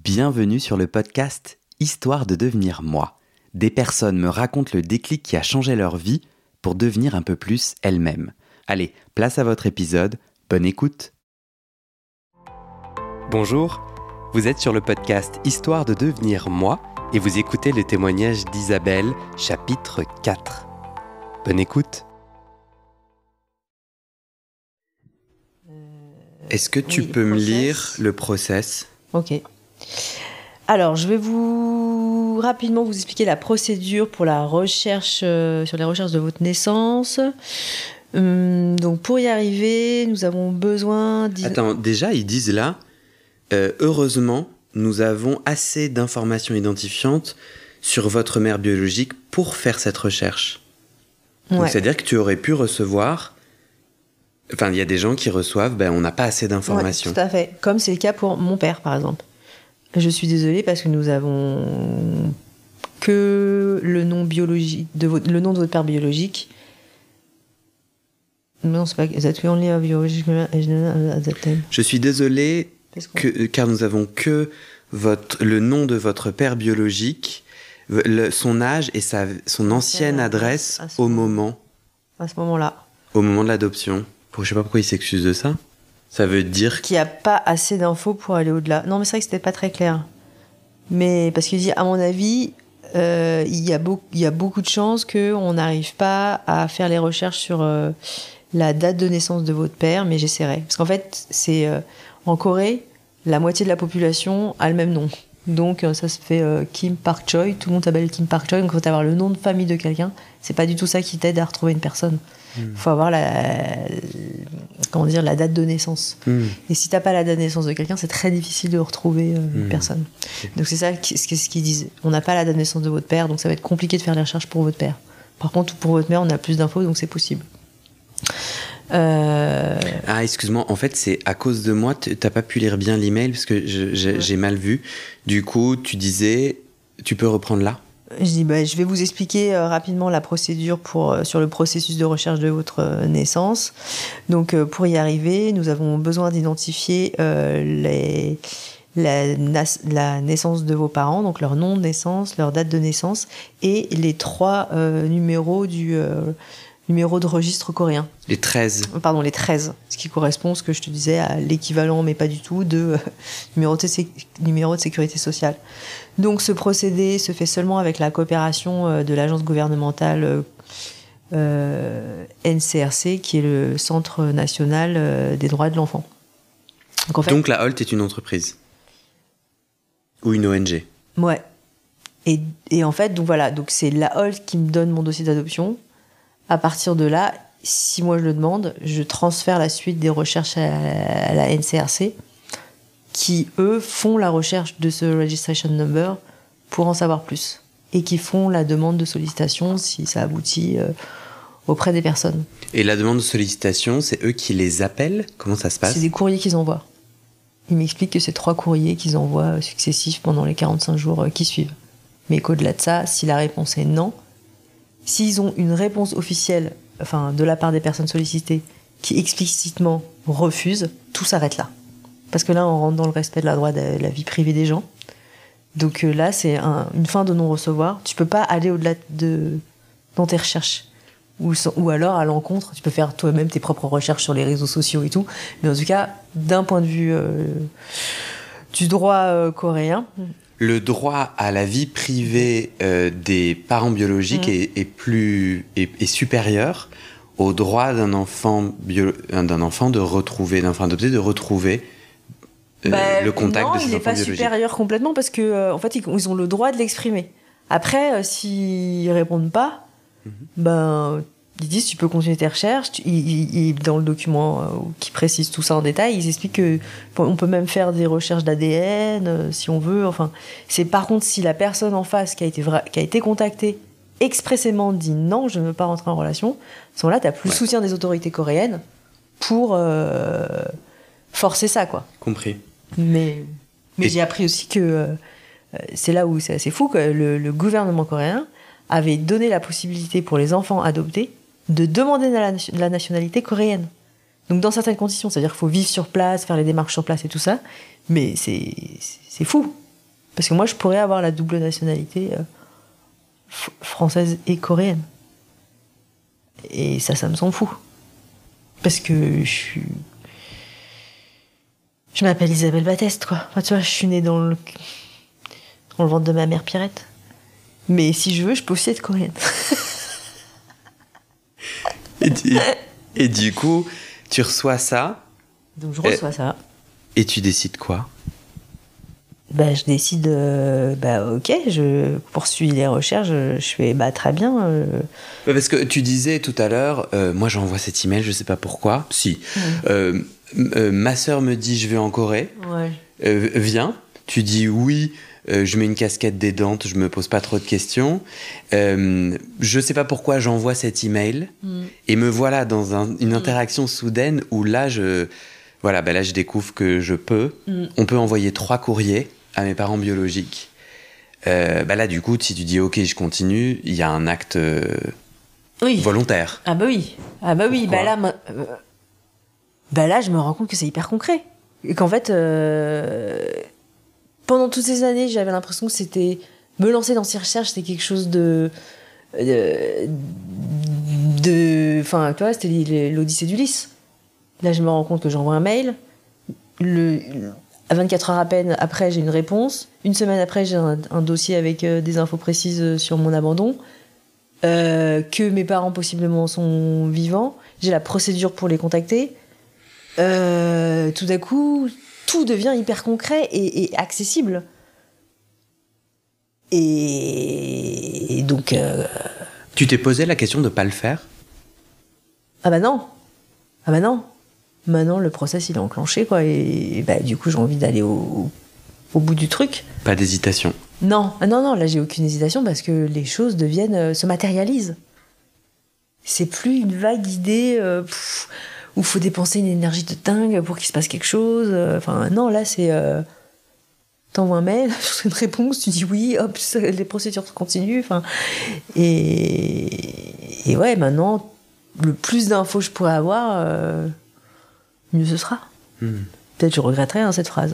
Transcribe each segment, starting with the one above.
Bienvenue sur le podcast Histoire de devenir moi. Des personnes me racontent le déclic qui a changé leur vie pour devenir un peu plus elles-mêmes. Allez, place à votre épisode, bonne écoute. Bonjour, vous êtes sur le podcast Histoire de devenir moi et vous écoutez le témoignage d'Isabelle, chapitre 4. Bonne écoute. Est-ce que tu peux me lire le process ? Ok. Alors, je vais rapidement vous expliquer la procédure pour la recherche, sur les recherches de votre naissance. Donc, pour y arriver, nous avons besoin... Attends, déjà, ils disent là, heureusement, nous avons assez d'informations identifiantes sur votre mère biologique pour faire cette recherche. Donc, Ouais. c'est-à-dire que tu aurais pu recevoir... Enfin, il y a des gens qui reçoivent, on n'a pas assez d'informations. Ouais, tout à fait. Comme c'est le cas pour mon père, par exemple. Je suis désolée parce que nous avons que le nom biologique le nom de votre père biologique. Non, c'est pas that we only have biological at that time. Je suis désolé car nous avons que le nom de votre père biologique, son âge et son ancienne adresse à ce au moment moment-là. Au moment de l'adoption. Je sais pas pourquoi il s'excuse de ça. Ça veut dire qu'il n'y a pas assez d'infos pour aller au-delà. Non, mais c'est vrai que c'était pas très clair. Mais parce qu'il dit, à mon avis, il y a beaucoup de chances qu'on n'arrive pas à faire les recherches sur la date de naissance de votre père, mais j'essaierai. Parce qu'en fait, en Corée, la moitié de la population a le même nom. Donc ça se fait Kim Park-choi, tout le monde s'appelle Kim Park-choi, donc il faut avoir le nom de famille de quelqu'un. C'est pas du tout ça qui t'aide à retrouver une personne. Il faut avoir la date de naissance. Et si t'as pas la date de naissance de quelqu'un, c'est très difficile de retrouver une personne. Donc c'est ça ce qu'ils disent. On n'a pas la date de naissance de votre père, donc ça va être compliqué de faire les recherches pour votre père. Par contre, pour votre mère, on a plus d'infos, donc c'est possible. Ah, excuse-moi, en fait, c'est à cause de moi, t'as pas pu lire bien l'email parce que j'ai mal vu. Du coup, tu disais, tu peux reprendre là ? Je dis, je vais vous expliquer rapidement la procédure sur le processus de recherche de votre naissance. Donc, pour y arriver, nous avons besoin d'identifier la naissance de vos parents, donc leur nom de naissance, leur date de naissance, et les 3 numéros du numéro de registre coréen. Les 13. Pardon, les 13. Ce qui correspond, ce que je te disais, à l'équivalent, mais pas du tout, de numéro de sécurité sociale. Donc ce procédé se fait seulement avec la coopération de l'agence gouvernementale NCRC, qui est le Centre national des droits de l'enfant. Donc, en fait, donc la Holt est une entreprise ? Ou une ONG ? Ouais. Et en fait, donc c'est la Holt qui me donne mon dossier d'adoption. À partir de là, si moi je le demande, je transfère la suite des recherches à la NCRC, qui, eux, font la recherche de ce registration number pour en savoir plus. Et qui font la demande de sollicitation si ça aboutit auprès des personnes. Et la demande de sollicitation, c'est eux qui les appellent ? Comment ça se passe ? C'est des courriers qu'ils envoient. Ils m'expliquent que c'est 3 courriers qu'ils envoient successifs pendant les 45 jours qui suivent. Mais qu'au-delà de ça, si la réponse est non, s'ils ont une réponse officielle, de la part des personnes sollicitées, qui explicitement refusent, tout s'arrête là. Parce que là, on rentre dans le respect de la droit de la vie privée des gens. Donc là, c'est une fin de non-recevoir. Tu peux pas aller au-delà dans tes recherches. Ou alors, à l'encontre, tu peux faire toi-même tes propres recherches sur les réseaux sociaux et tout. Mais en tout cas, d'un point de vue du droit coréen... Le droit à la vie privée des parents biologiques est supérieur au droit d'un enfant de retrouver, d'un enfant adopté de retrouver le contact de ses enfants biologiques. Non, il n'est pas supérieur complètement parce que en fait, ils ont le droit de l'exprimer. Après, s'ils répondent pas, ils disent tu peux continuer tes recherches. Dans le document qui précise tout ça en détail, ils expliquent qu'on peut même faire des recherches d'ADN si on veut. Enfin, c'est par contre si la personne en face qui a été contactée expressément dit non, je ne veux pas rentrer en relation, à ce moment-là, tu n'as plus le soutien des autorités coréennes pour forcer ça, quoi. Compris. Mais j'ai appris aussi que c'est là où c'est assez fou que le gouvernement coréen avait donné la possibilité pour les enfants adoptés de demander la nationalité coréenne. Donc dans certaines conditions, c'est-à-dire qu'il faut vivre sur place, faire les démarches sur place et tout ça, mais c'est fou. Parce que moi, je pourrais avoir la double nationalité française et coréenne. Et ça me s'en fout. Parce que je m'appelle Isabelle Batteste, quoi. Enfin, tu vois, je suis née dans le ventre de ma mère Pierrette. Mais si je veux, je peux aussi être coréenne. Et du coup, tu reçois ça. Donc je reçois ça. Et tu décides quoi? Je décide, ok, je poursuis les recherches, je fais, très bien. Parce que tu disais tout à l'heure, moi j'envoie cet email, je sais pas pourquoi. Si. Ma sœur me dit, je vais en Corée. Ouais. Viens. Tu dis oui. Je mets une casquette d'aidante, je me pose pas trop de questions. Je sais pas pourquoi j'envoie cet email et me voilà dans une interaction soudaine où là je découvre que on peut envoyer 3 courriers à mes parents biologiques. Là du coup, si tu dis ok, je continue, il y a un acte volontaire. Ah bah oui. Pourquoi? Là je me rends compte que c'est hyper concret et qu'en fait. Pendant toutes ces années, j'avais l'impression que c'était me lancer dans ces recherches, c'était quelque chose enfin, tu vois, c'était l'Odyssée d'Ulysse. Là, je me rends compte que j'envoie un mail. À 24 heures à peine après, j'ai une réponse. Une semaine après, j'ai un dossier avec des infos précises sur mon abandon. Que mes parents possiblement sont vivants. J'ai la procédure pour les contacter. Tout d'un coup, tout devient hyper concret et accessible. Et donc... Tu t'es posé la question de pas le faire? Ah bah non. Maintenant, le process, il est enclenché, quoi. Et du coup, j'ai envie d'aller au bout du truc. Pas d'hésitation? Non, là, j'ai aucune hésitation parce que les choses se matérialisent. C'est plus une vague idée... où il faut dépenser une énergie de dingue pour qu'il se passe quelque chose. Non, là, c'est... T'envoies un mail, une réponse, tu dis oui, hop, les procédures continuent. Et ouais, maintenant, le plus d'infos que je pourrais avoir, mieux ce sera. Peut-être je regretterai cette phrase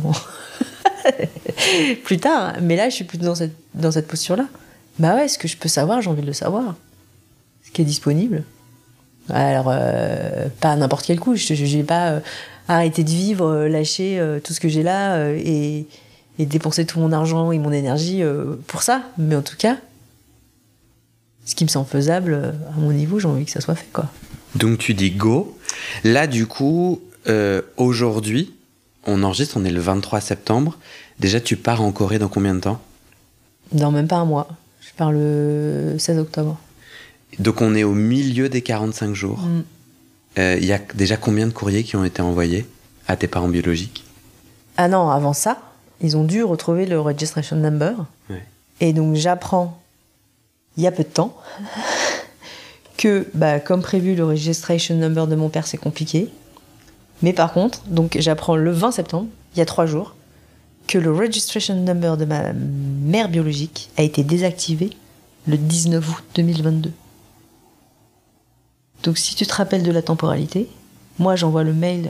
plus tard. Mais là, je suis plutôt dans cette posture-là. Ce que je peux savoir, j'ai envie de le savoir. Ce qui est disponible. Alors, pas à n'importe quel coup. Je n'ai pas arrêté de vivre, lâcher tout ce que j'ai là et dépenser tout mon argent et mon énergie pour ça. Mais en tout cas, ce qui me semble faisable à mon niveau, j'ai envie que ça soit fait, quoi. Donc tu dis go. Là, du coup, aujourd'hui, on enregistre, on est le 23 septembre. Déjà, tu pars en Corée dans combien de temps? Dans même pas un mois. Je pars le 16 octobre. Donc on est au milieu des 45 jours. Il y a déjà combien de courriers qui ont été envoyés à tes parents biologiques? Ah non, avant ça, ils ont dû retrouver le registration number. Ouais. Et donc j'apprends, il y a peu de temps, que comme prévu, le registration number de mon père, c'est compliqué. Mais par contre, donc j'apprends le 20 septembre, il y a 3 jours, que le registration number de ma mère biologique a été désactivé le 19 août 2022. Donc si tu te rappelles de la temporalité, moi j'envoie le mail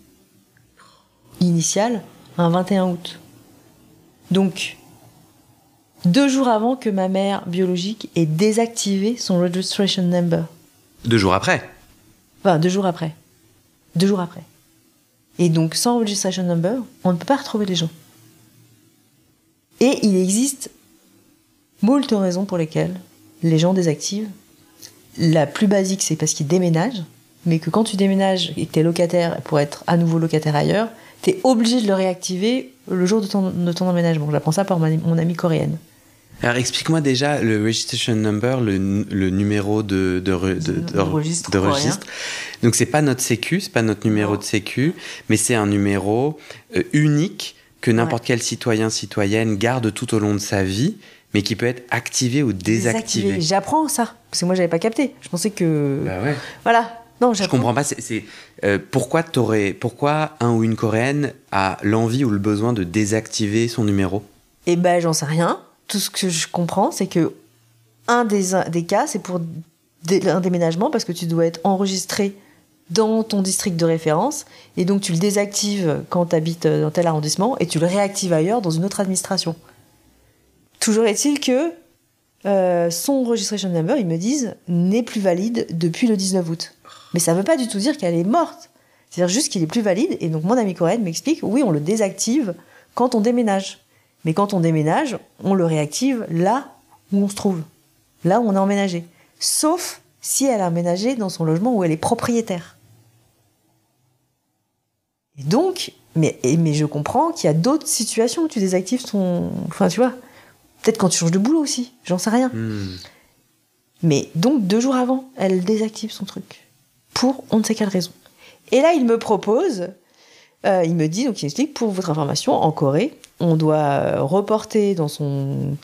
initial un 21 août. Donc 2 jours avant que ma mère biologique ait désactivé son registration number. 2 jours après? Enfin, 2 jours après. 2 jours après. Et donc sans registration number, on ne peut pas retrouver les gens. Et il existe moult raisons pour lesquelles les gens désactivent. La plus basique, c'est parce qu'ils déménagent, mais que quand tu déménages et que t'es locataire pour être à nouveau locataire ailleurs, t'es obligé de le réactiver le jour de ton emménagement. J'apprends ça par mon amie coréenne. Alors explique-moi déjà le registration number, le numéro de registre. Donc c'est pas notre sécu, c'est pas notre numéro de sécu, mais c'est un numéro unique que n'importe quel citoyenne garde tout au long de sa vie, mais qui peut être activé ou désactivé. J'apprends ça, parce que moi j'avais pas capté. Je pensais que... Ouais. Voilà. Non, je comprends pas. Pourquoi un ou une Coréenne a l'envie ou le besoin de désactiver son numéro? J'en sais rien. Tout ce que je comprends, c'est que un des cas, c'est pour un déménagement, parce que tu dois être enregistré dans ton district de référence, et donc tu le désactives quand tu habites dans tel arrondissement, et tu le réactives ailleurs dans une autre administration. Toujours est-il que son registration number, ils me disent, n'est plus valide depuis le 19 août. Mais ça ne veut pas du tout dire qu'elle est morte. C'est-à-dire juste qu'il est plus valide, et donc mon ami coréenne m'explique, oui, on le désactive quand on déménage. Mais quand on déménage, on le réactive là où on se trouve, là où on a emménagé. Sauf si elle a emménagé dans son logement où elle est propriétaire. Et donc, mais je comprends qu'il y a d'autres situations où tu désactives ton... Enfin, tu vois, peut-être quand tu changes de boulot aussi, j'en sais rien. Mais donc, 2 jours avant, elle désactive son truc. Pour on ne sait quelle raison. Et là, il me propose, il me dit, donc il explique, pour votre information, en Corée, on doit reporter dans son...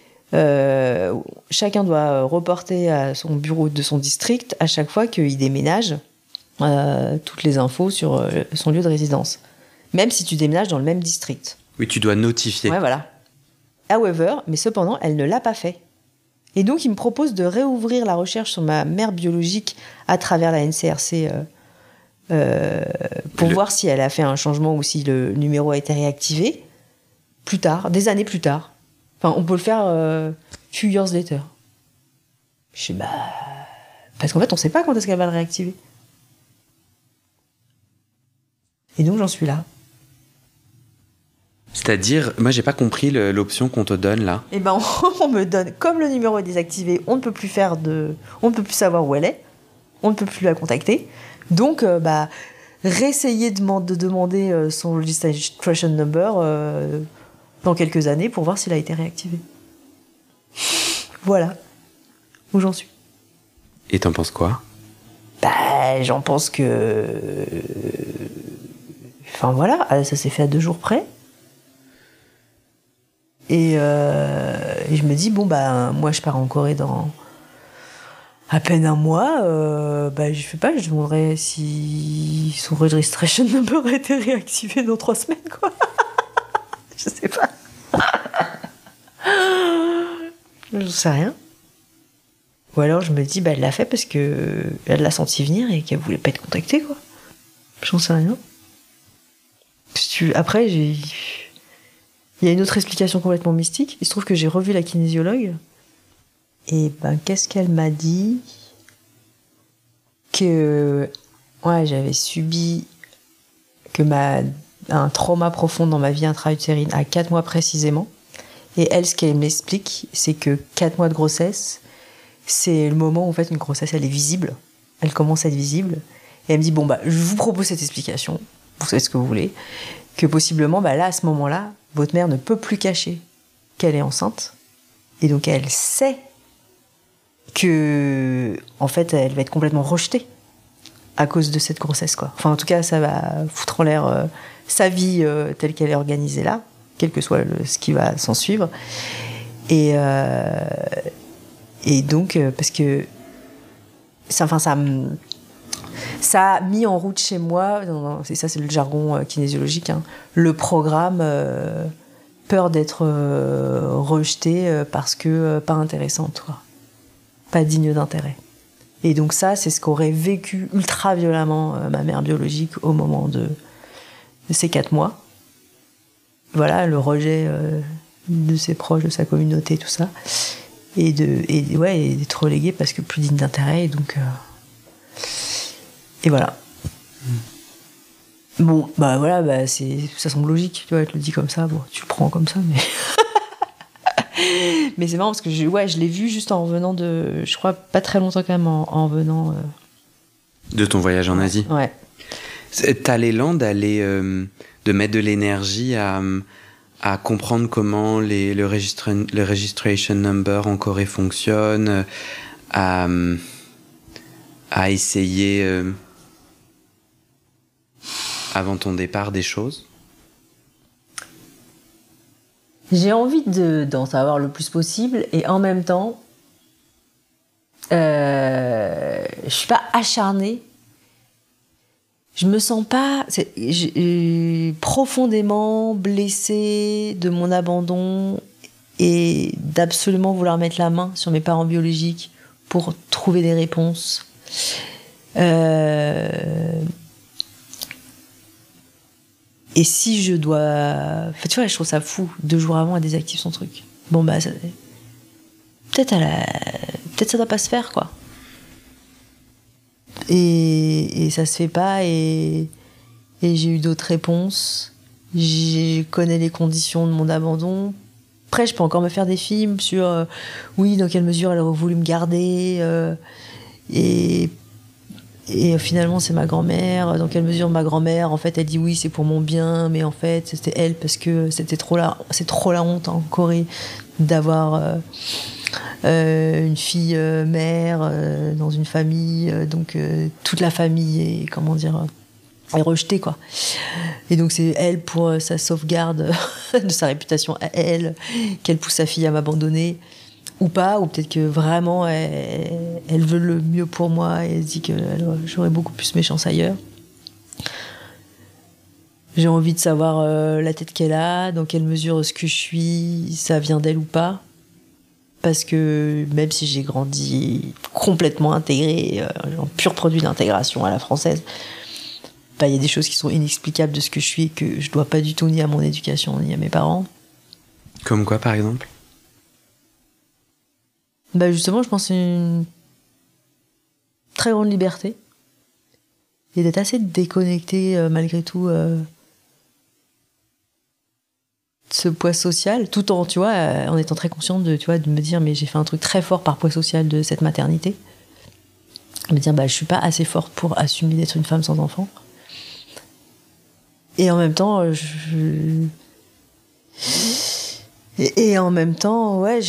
chacun doit reporter à son bureau de son district à chaque fois qu'il déménage toutes les infos sur son lieu de résidence. Même si tu déménages dans le même district. Oui, tu dois notifier. Ouais, voilà. However, mais cependant, elle ne l'a pas fait. Et donc, il me propose de réouvrir la recherche sur ma mère biologique à travers la NCRC pour voir si elle a fait un changement ou si le numéro a été réactivé plus tard, des années plus tard. Enfin, on peut le faire few years later. Je sais, parce qu'en fait, on ne sait pas quand est-ce qu'elle va le réactiver. Et donc, j'en suis là. C'est-à-dire, moi, j'ai pas compris l'option qu'on te donne là. Eh ben, on me donne, comme le numéro est désactivé, on ne peut plus savoir où elle est, on ne peut plus la contacter. Donc, réessayer de demander son registration number dans quelques années pour voir s'il a été réactivé. Voilà où j'en suis. Et t'en penses quoi? J'en pense que... Enfin voilà, ça s'est fait à 2 jours près. Et je me dis, moi je pars en Corée dans à peine un mois, je demanderai si son registration number a été réactivé dans 3 semaines, quoi. Je sais pas. Je sais rien. Ou alors je me dis, elle l'a fait parce que elle l'a senti venir et qu'elle voulait pas être contactée, quoi. J'en sais rien. Après, il y a une autre explication complètement mystique. Il se trouve que j'ai revu la kinésiologue. Et qu'est-ce qu'elle m'a dit? Que j'avais subi un trauma profond dans ma vie intra-utérine à 4 mois précisément. Et elle, ce qu'elle m'explique, c'est que 4 mois de grossesse, c'est le moment où en fait une grossesse elle est visible. Elle commence à être visible. Et elle me dit, je vous propose cette explication. Vous savez ce que vous voulez. Que possiblement, là, à ce moment-là, votre mère ne peut plus cacher qu'elle est enceinte. Et donc, elle sait que, en fait, elle va être complètement rejetée à cause de cette grossesse, quoi. Enfin, en tout cas, ça va foutre en l'air sa vie telle qu'elle est organisée là, quel que soit ce qui va s'en suivre. Et donc, parce que ça a mis en route chez moi, c'est ça, c'est le jargon kinésiologique, le programme peur d'être rejetée parce que pas intéressante, quoi. Pas digne d'intérêt. Et donc ça, c'est ce qu'aurait vécu ultra violemment ma mère biologique au moment de ces 4 mois. Voilà, le rejet de ses proches, de sa communauté, tout ça. Et d'être reléguée parce que plus digne d'intérêt, et donc... Et voilà. Ça semble logique, tu vois, elle te le dit comme ça, tu le prends comme ça, mais... Mais c'est marrant parce que je l'ai vu juste en revenant je crois, pas très longtemps quand même, en revenant... De ton voyage en Asie. Ouais. T'as l'élan d'aller... de mettre de l'énergie à comprendre comment le registration number en Corée fonctionne, à essayer... avant ton départ des choses? J'ai envie d'en savoir le plus possible et en même temps, je suis pas acharnée. Je me sens pas profondément blessée de mon abandon et d'absolument vouloir mettre la main sur mes parents biologiques pour trouver des réponses. Et si je dois... Enfin, tu vois, je trouve ça fou. 2 jours avant, elle désactive son truc. Bon, bah, peut-être ça doit pas se faire, quoi. Et ça se fait pas, et j'ai eu d'autres réponses. Je connais les conditions de mon abandon. Après, je peux encore me faire des films sur oui, dans quelle mesure elle aurait voulu me garder, et finalement c'est ma grand-mère, dans quelle mesure ma grand-mère en fait elle dit oui c'est pour mon bien, mais en fait c'était elle parce que c'est trop la honte en Corée d'avoir une fille mère dans une famille, donc toute la famille est est rejetée, quoi. Et donc c'est elle, pour sa sauvegarde de sa réputation à elle, qu'elle pousse sa fille à m'abandonner, ou pas, ou peut-être que vraiment elle veut le mieux pour moi et elle se dit que j'aurais beaucoup plus mes chances ailleurs. J'ai envie de savoir la tête qu'elle a, dans quelle mesure ce que je suis, ça vient d'elle ou pas. Parce que même si j'ai grandi complètement intégrée, en pur produit d'intégration à la française, bah, y a des choses qui sont inexplicables de ce que je suis et que je dois pas du tout ni à mon éducation ni à mes parents. Comme quoi, par exemple ? Bah justement, je pense que c'est une très grande liberté et d'être assez déconnecté malgré tout de ce poids social, tout en, tu vois, en étant très consciente de me dire mais j'ai fait un truc très fort par poids social de cette maternité. Me dire bah je suis pas assez forte pour assumer d'être une femme sans enfant. Et en même temps, Et en même temps, ouais,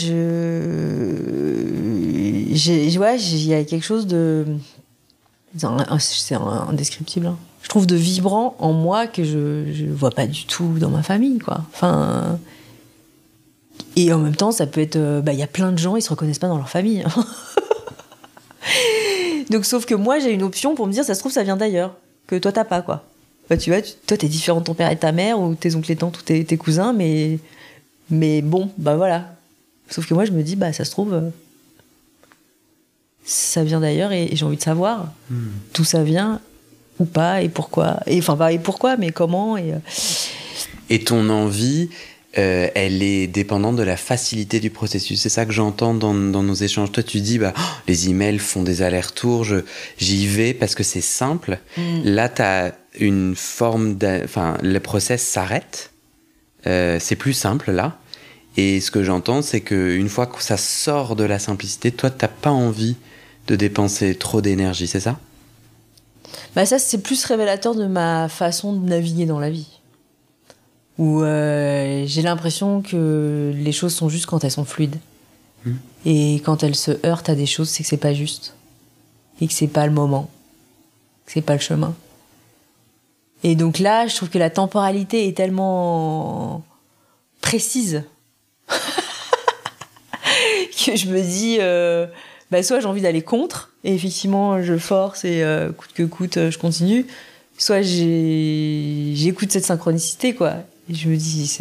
il y a quelque chose de... C'est indescriptible, hein. Je trouve de vibrant en moi que je vois pas du tout dans ma famille, quoi. Enfin... Et en même temps, ça peut être... il y a plein de gens, ils se reconnaissent pas dans leur famille. Donc, sauf que moi, j'ai une option pour me dire, ça se trouve, ça vient d'ailleurs. Que toi, t'as pas, quoi. Bah, tu vois, toi, t'es différent de ton père et de ta mère, ou tes oncles et tantes, ou tes cousins, mais bon, bah voilà. Sauf que moi, je me dis, bah ça se trouve, ça vient d'ailleurs et j'ai envie de savoir d'où ça vient, ou pas, et pourquoi. Et enfin, pas et pourquoi, mais comment. Et ton envie, elle est dépendante de la facilité du processus. C'est ça que j'entends dans nos échanges. Toi, tu dis, les emails font des allers-retours, j'y vais parce que c'est simple. Là, t'as une forme le process s'arrête. C'est plus simple, là. Et ce que j'entends, c'est qu'une fois que ça sort de la simplicité, toi, t'as pas envie de dépenser trop d'énergie, c'est ça ? Bah ça, c'est plus révélateur de ma façon de naviguer dans la vie. Où j'ai l'impression que les choses sont justes quand elles sont fluides. Et quand elles se heurtent à des choses, c'est que c'est pas juste. Et que c'est pas le moment. Que c'est pas le chemin. Et donc là, je trouve que la temporalité est tellement précise que je me dis soit j'ai envie d'aller contre et effectivement je force et coûte que coûte je continue, soit j'écoute cette synchronicité, quoi, et je me dis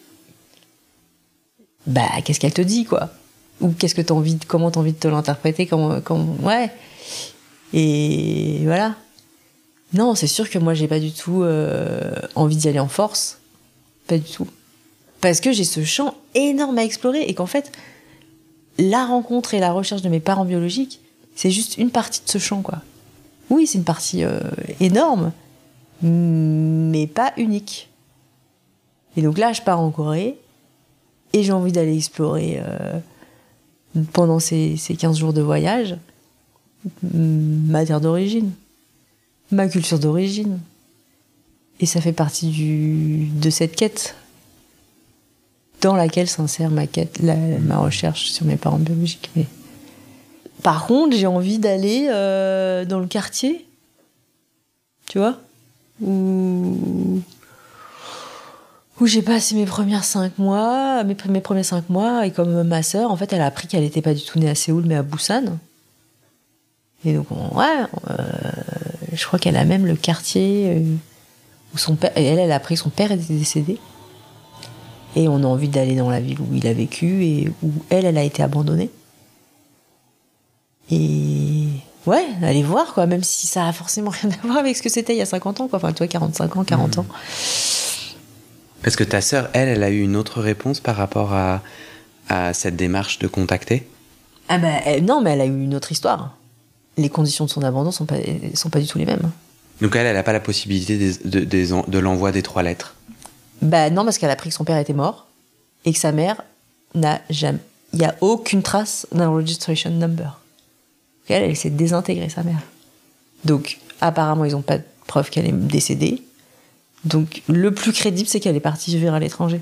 qu'est-ce qu'elle te dit, quoi, ou qu'est-ce que comment t'as envie de te l'interpréter, ouais, et voilà. Non, c'est sûr que moi j'ai pas du tout envie d'y aller en force, pas du tout, parce que j'ai ce champ énorme à explorer et qu'en fait la rencontre et la recherche de mes parents biologiques, c'est juste une partie de ce champ, quoi. Oui, c'est une partie énorme, mais pas unique. Et donc là, je pars en Corée, et j'ai envie d'aller explorer pendant ces 15 jours de voyage ma terre d'origine, ma culture d'origine. Et ça fait partie de cette quête dans laquelle s'insère ma recherche sur mes parents biologiques. Mais par contre, j'ai envie d'aller dans le quartier, tu vois, où j'ai passé mes premiers 5 mois, et comme ma sœur, en fait, elle a appris qu'elle n'était pas du tout née à Séoul, mais à Busan. Et donc, je crois qu'elle a même le quartier où son père, elle a appris que son père était décédé. Et on a envie d'aller dans la ville où il a vécu et où elle a été abandonnée. Et Ouais, aller voir, quoi, même si ça a forcément rien à voir avec ce que c'était il y a 50 ans, quoi. Enfin, toi, 45 ans, 40 ans. Parce que ta sœur, elle a eu une autre réponse par rapport à cette démarche de contacter? Ah bah, non, mais elle a eu une autre histoire. Les conditions de son abandon sont pas du tout les mêmes. Donc elle n'a pas la possibilité de l'envoi des 3 lettres? Bah non, parce qu'elle a appris que son père était mort et que sa mère n'a jamais... Il n'y a aucune trace d'un registration number. Elle s'est désintégrée, sa mère. Donc, apparemment, ils n'ont pas de preuve qu'elle est décédée. Donc, le plus crédible, c'est qu'elle est partie vivre à l'étranger.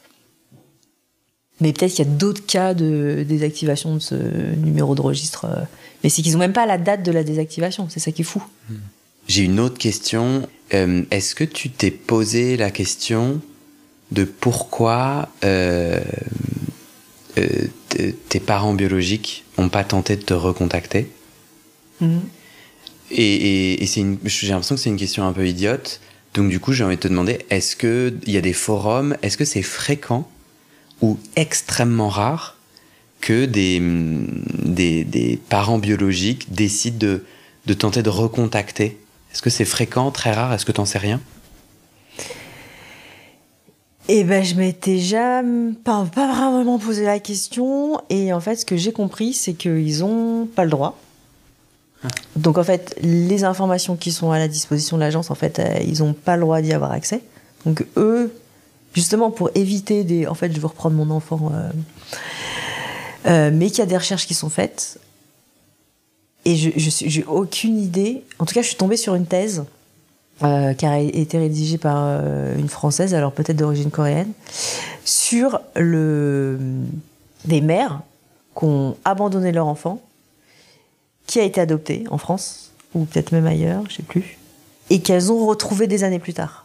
Mais peut-être qu'il y a d'autres cas de désactivation de ce numéro de registre. Mais c'est qu'ils n'ont même pas la date de la désactivation. C'est ça qui est fou. J'ai une autre question. Est-ce que tu t'es posé la question de pourquoi tes parents biologiques n'ont pas tenté de te recontacter? Et j'ai l'impression que c'est une question un peu idiote. Donc du coup, j'ai envie de te demander, est-ce qu'il y a des forums, est-ce que c'est fréquent ou extrêmement rare que des parents biologiques décident de tenter de recontacter? Est-ce que c'est fréquent, très rare? Est-ce que t'en sais rien? Eh ben, je m'étais jamais pas vraiment posé la question. Et en fait, ce que j'ai compris, c'est qu'ils ont pas le droit. Donc en fait, les informations qui sont à la disposition de l'agence, en fait, ils ont pas le droit d'y avoir accès. Donc eux, justement pour éviter en fait, je veux reprendre mon enfant, mais qu'il y a des recherches qui sont faites. Et j'ai aucune idée. En tout cas, je suis tombée sur une thèse qui a été rédigée par une Française, alors peut-être d'origine coréenne, sur des mères qui ont abandonné leur enfant, qui a été adopté en France, ou peut-être même ailleurs, je sais plus, et qu'elles ont retrouvé des années plus tard.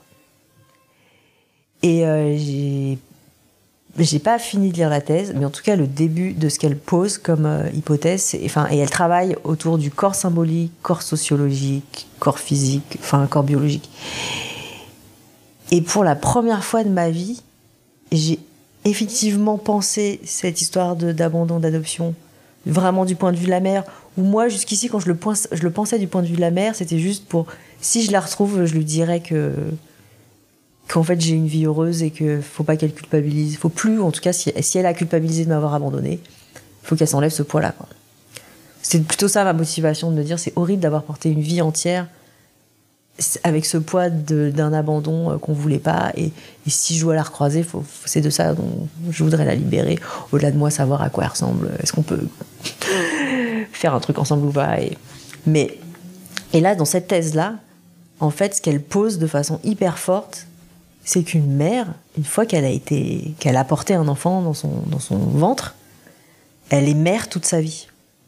Et j'ai pas fini de lire la thèse, mais en tout cas, le début de ce qu'elle pose comme hypothèse, et elle travaille autour du corps symbolique, corps sociologique, corps physique, enfin, corps biologique. Et pour la première fois de ma vie, j'ai effectivement pensé cette histoire d'abandon, d'adoption, vraiment du point de vue de la mère, où moi, jusqu'ici, quand je le pensais du point de vue de la mère, c'était juste pour, si je la retrouve, je lui dirais qu'en fait, j'ai une vie heureuse et qu'il faut pas qu'elle culpabilise. Faut plus, en tout cas, si elle a culpabilisé de m'avoir abandonnée, il faut qu'elle s'enlève ce poids-là, quoi. C'est plutôt ça ma motivation, de me dire, c'est horrible d'avoir porté une vie entière avec ce poids d'un abandon qu'on voulait pas, et si je dois la recroiser, c'est de ça dont je voudrais la libérer, au-delà de moi savoir à quoi elle ressemble, est-ce qu'on peut faire un truc ensemble ou pas, et là, dans cette thèse-là, en fait, ce qu'elle pose de façon hyper forte, c'est qu'une mère, une fois qu'elle a porté un enfant dans son ventre, elle est mère toute sa vie.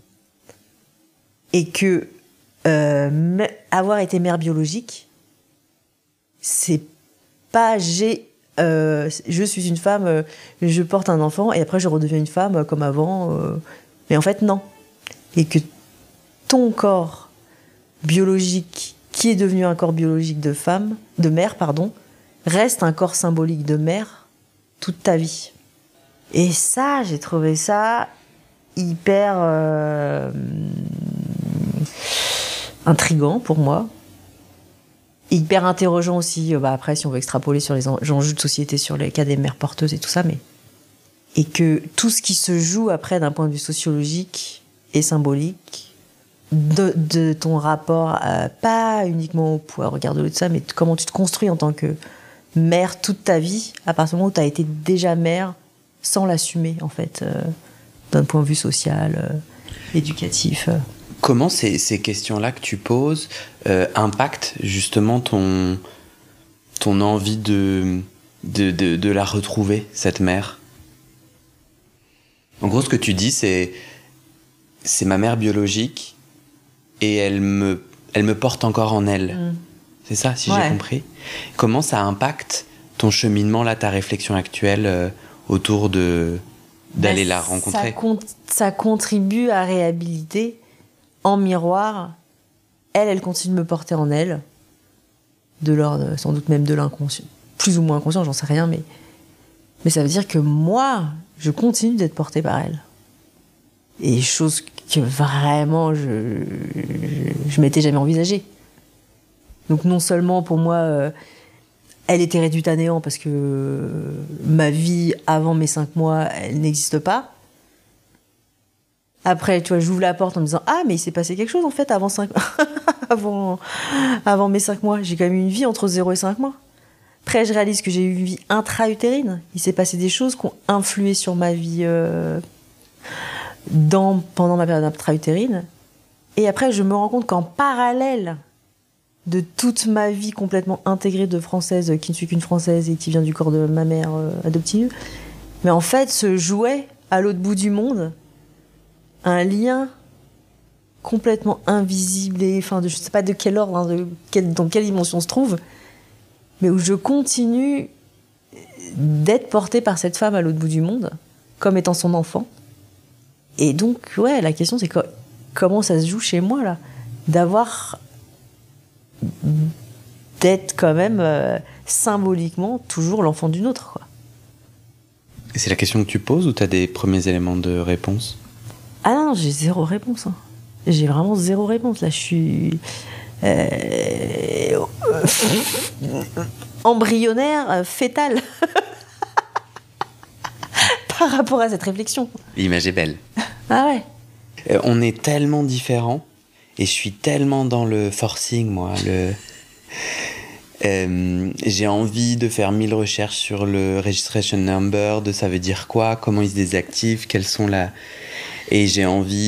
Et que avoir été mère biologique, c'est pas je suis une femme, je porte un enfant et après je redeviens une femme comme avant. Mais en fait, non. Et que ton corps biologique, qui est devenu un corps biologique de mère, reste un corps symbolique de mère toute ta vie. Et ça, j'ai trouvé ça hyper intriguant pour moi, hyper interrogeant aussi, après si on veut extrapoler sur les enjeux de société, sur les cas des mères porteuses et tout ça, et que tout ce qui se joue après d'un point de vue sociologique et symbolique de ton rapport pas uniquement au poids, regard de l'autre, ça, mais comment tu te construis en tant que mère toute ta vie, à partir du moment où tu as été déjà mère sans l'assumer, en fait, d'un point de vue social, éducatif. Comment ces questions-là que tu poses impactent justement ton envie de la retrouver, cette mère? En gros, ce que tu dis, c'est ma mère biologique et elle me porte encore en elle. C'est ça, si j'ai compris. Comment ça impacte ton cheminement, là, ta réflexion actuelle autour d'aller la rencontrer? Ça contribue à réhabiliter. En miroir, elle continue de me porter en elle, de l'ordre, sans doute même de l'inconscient, plus ou moins inconscient, j'en sais rien, mais ça veut dire que moi, je continue d'être portée par elle. Et chose que vraiment je m'étais jamais envisagée. Donc non seulement pour moi, elle était réduite à néant parce que ma vie avant mes 5 mois, elle n'existe pas. Après, tu vois, j'ouvre la porte en me disant « Ah, mais il s'est passé quelque chose en fait avant, avant mes 5 mois. J'ai quand même eu une vie entre 0 et 5 mois. » Après, je réalise que j'ai eu une vie intra-utérine. Il s'est passé des choses qui ont influé sur ma vie pendant ma période intra-utérine. Et après, je me rends compte qu'en parallèle de toute ma vie complètement intégrée de française, qui ne suis qu'une française et qui vient du corps de ma mère adoptive, mais en fait, se jouait à l'autre bout du monde un lien complètement invisible et, enfin, je sais pas de quel ordre, hein, dans quelle dimension on se trouve, mais où je continue d'être portée par cette femme à l'autre bout du monde, comme étant son enfant. Et donc, ouais, la question c'est comment ça se joue chez moi, là, d'être quand même symboliquement toujours l'enfant d'une autre, quoi. Et c'est la question que tu poses ou tu as des premiers éléments de réponse? Ah non, j'ai zéro réponse. Hein. J'ai vraiment zéro réponse. Là, je suis embryonnaire, fétale par rapport à cette réflexion. L'image est belle. Ah ouais. On est tellement différents et je suis tellement dans le forcing, moi. J'ai envie de faire 1000 recherches sur le registration number, de ça veut dire quoi, comment il se désactive, quelles sont et j'ai envie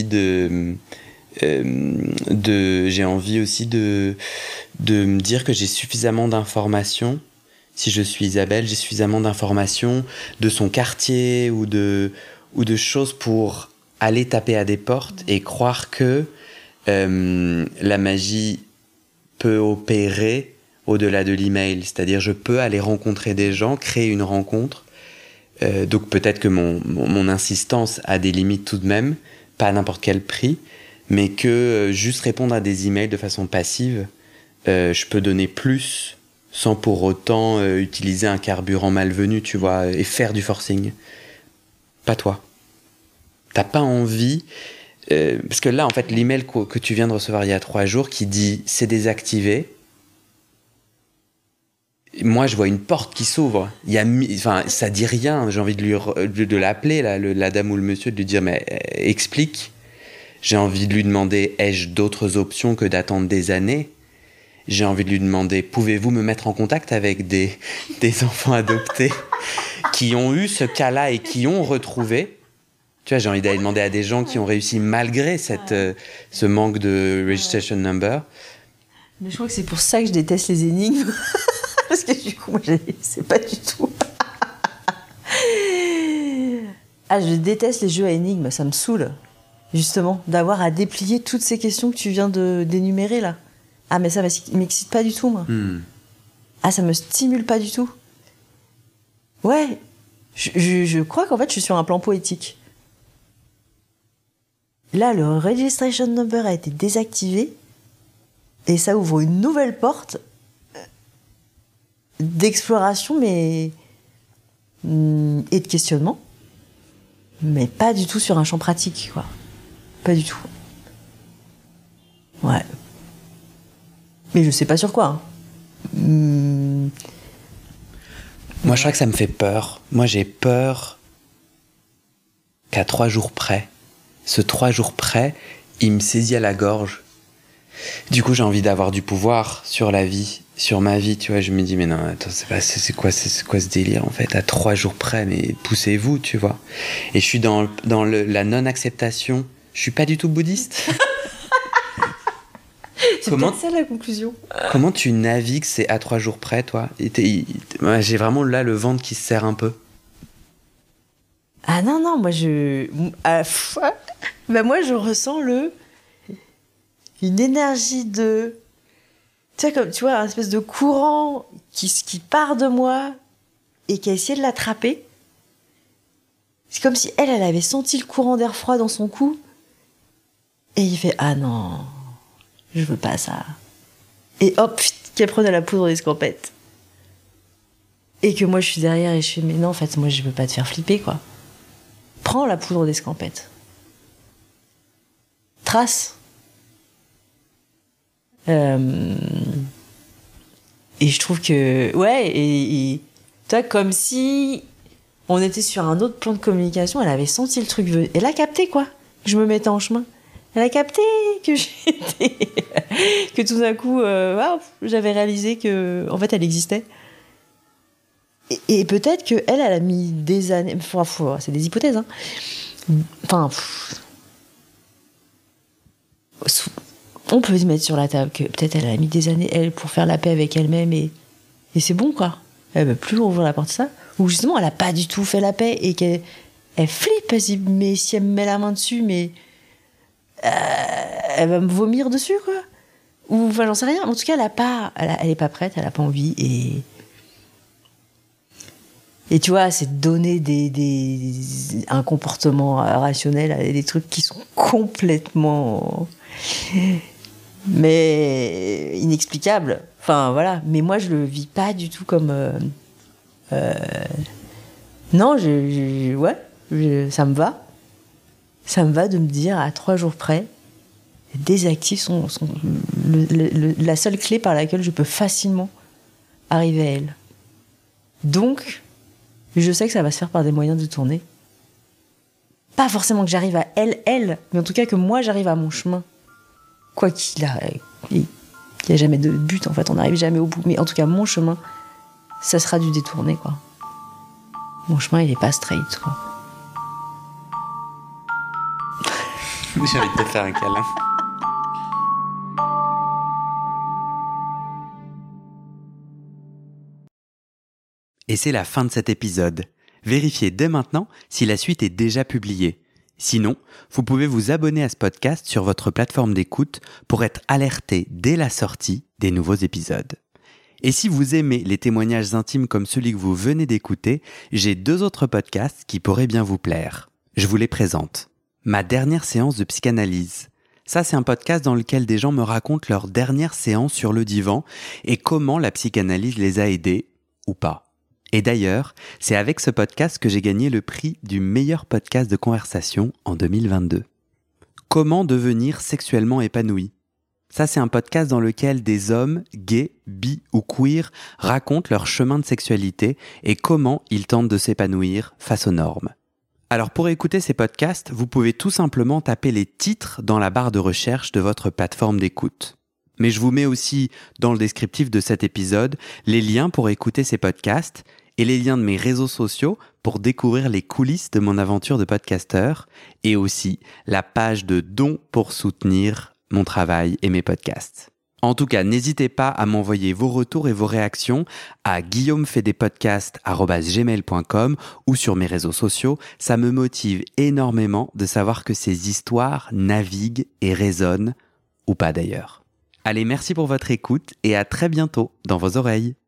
j'ai envie aussi de me dire que j'ai suffisamment d'informations. Si je suis Isabelle, j'ai suffisamment d'informations de son quartier ou de choses pour aller taper à des portes et croire que la magie peut opérer au-delà de l'email. C'est-à-dire, je peux aller rencontrer des gens, créer une rencontre. Donc peut-être que mon insistance a des limites tout de même, pas à n'importe quel prix, mais que juste répondre à des emails de façon passive, je peux donner plus sans pour autant utiliser un carburant malvenu, tu vois, et faire du forcing. Pas toi. T'as pas envie... parce que là, en fait, l'email que tu viens de recevoir il y a 3 jours qui dit « c'est désactivé », moi, je vois une porte qui s'ouvre. Ça dit rien. J'ai envie de l'appeler, là, la dame ou le monsieur, de lui dire, mais explique. J'ai envie de lui demander, ai-je d'autres options que d'attendre des années? J'ai envie de lui demander, pouvez-vous me mettre en contact avec des enfants adoptés qui ont eu ce cas-là et qui ont retrouvé? Tu vois, j'ai envie d'aller demander à des gens qui ont réussi malgré ce manque de registration number. Mais je crois que c'est pour ça que je déteste les énigmes. Parce que du coup, moi, c'est pas du tout. Ah, je déteste les jeux à énigmes, ça me saoule, justement, d'avoir à déplier toutes ces questions que tu viens d'énumérer, là. Ah, mais ça m'excite pas du tout, moi. Ah, ça me stimule pas du tout. Ouais, je crois qu'en fait, je suis sur un plan poétique. Là, le registration number a été désactivé, et ça ouvre une nouvelle porte d'exploration et de questionnement, mais pas du tout sur un champ pratique, quoi. Pas du tout. Ouais. Mais je sais pas sur quoi. Hein. Moi, je crois que ça me fait peur. Moi, j'ai peur qu'à 3 jours près, ce 3 jours près, il me saisit à la gorge. Du coup, j'ai envie d'avoir du pouvoir sur la vie, sur ma vie, tu vois. Je me dis, mais non, attends, c'est quoi ce délire, en fait, à 3 jours près, mais poussez-vous, tu vois. Et je suis dans la non-acceptation. Je suis pas du tout bouddhiste. C'est peut-être ça la conclusion. Comment tu navigues, c'est à 3 jours près, toi? J'ai vraiment là le ventre qui se serre un peu. Ah non, moi moi je ressens une énergie de... Tu sais, comme, tu vois, un espèce de courant qui part de moi et qui a essayé de l'attraper. C'est comme si elle avait senti le courant d'air froid dans son cou. Et il fait, ah non, je veux pas ça. Et hop, qu'elle prenait la poudre d'escampette. Et que moi je suis derrière et je fais, mais non, en fait, moi je veux pas te faire flipper, quoi. Prends la poudre d'escampette. trace. Et je trouve que et toi, comme si on était sur un autre plan de communication, elle avait senti le truc, elle a capté quoi, que je me mettais en chemin. Elle a capté que j'étais que tout d'un coup j'avais réalisé que en fait elle existait. Et peut-être que elle a mis des années, c'est des hypothèses, hein. Enfin, on peut se mettre sur la table que peut-être elle a mis des années, elle, pour faire la paix avec elle-même, et c'est bon, quoi. Elle veut plus ouvrir la porte de ça. Ou justement, elle a pas du tout fait la paix et qu'elle flippe, mais si elle me met la main dessus, mais elle va me vomir dessus, quoi. Ou, enfin, j'en sais rien. En tout cas, elle est pas prête, elle a pas envie, et tu vois, c'est de donner un comportement rationnel à des trucs qui sont complètement... mais inexplicables. Enfin, voilà. Mais moi, je le vis pas du tout comme... Non, ça me va. Ça me va de me dire, à 3 jours près, des actifs sont la seule clé par laquelle je peux facilement arriver à elle. Donc... je sais que ça va se faire par des moyens détournés. Pas forcément que j'arrive à elle, mais en tout cas que moi j'arrive à mon chemin. Quoi qu'il n'y a jamais de but, en fait, on n'arrive jamais au bout. Mais en tout cas, mon chemin, ça sera du détourné, quoi. Mon chemin, il est pas straight, quoi. J'ai envie de te faire un câlin. Et c'est la fin de cet épisode. Vérifiez dès maintenant si la suite est déjà publiée. Sinon, vous pouvez vous abonner à ce podcast sur votre plateforme d'écoute pour être alerté dès la sortie des nouveaux épisodes. Et si vous aimez les témoignages intimes comme celui que vous venez d'écouter, j'ai 2 autres podcasts qui pourraient bien vous plaire. Je vous les présente. Ma dernière séance de psychanalyse. Ça, c'est un podcast dans lequel des gens me racontent leur dernière séance sur le divan et comment la psychanalyse les a aidés ou pas. Et d'ailleurs, c'est avec ce podcast que j'ai gagné le prix du meilleur podcast de conversation en 2022. Comment devenir sexuellement épanoui ? Ça, c'est un podcast dans lequel des hommes, gays, bi ou queer, racontent leur chemin de sexualité et comment ils tentent de s'épanouir face aux normes. Alors pour écouter ces podcasts, vous pouvez tout simplement taper les titres dans la barre de recherche de votre plateforme d'écoute. Mais je vous mets aussi dans le descriptif de cet épisode les liens pour écouter ces podcasts et les liens de mes réseaux sociaux pour découvrir les coulisses de mon aventure de podcasteur et aussi la page de dons pour soutenir mon travail et mes podcasts. En tout cas, n'hésitez pas à m'envoyer vos retours et vos réactions à guillaumefaidespodcasts@gmail.com ou sur mes réseaux sociaux. Ça me motive énormément de savoir que ces histoires naviguent et résonnent, ou pas d'ailleurs. Allez, merci pour votre écoute et à très bientôt dans vos oreilles.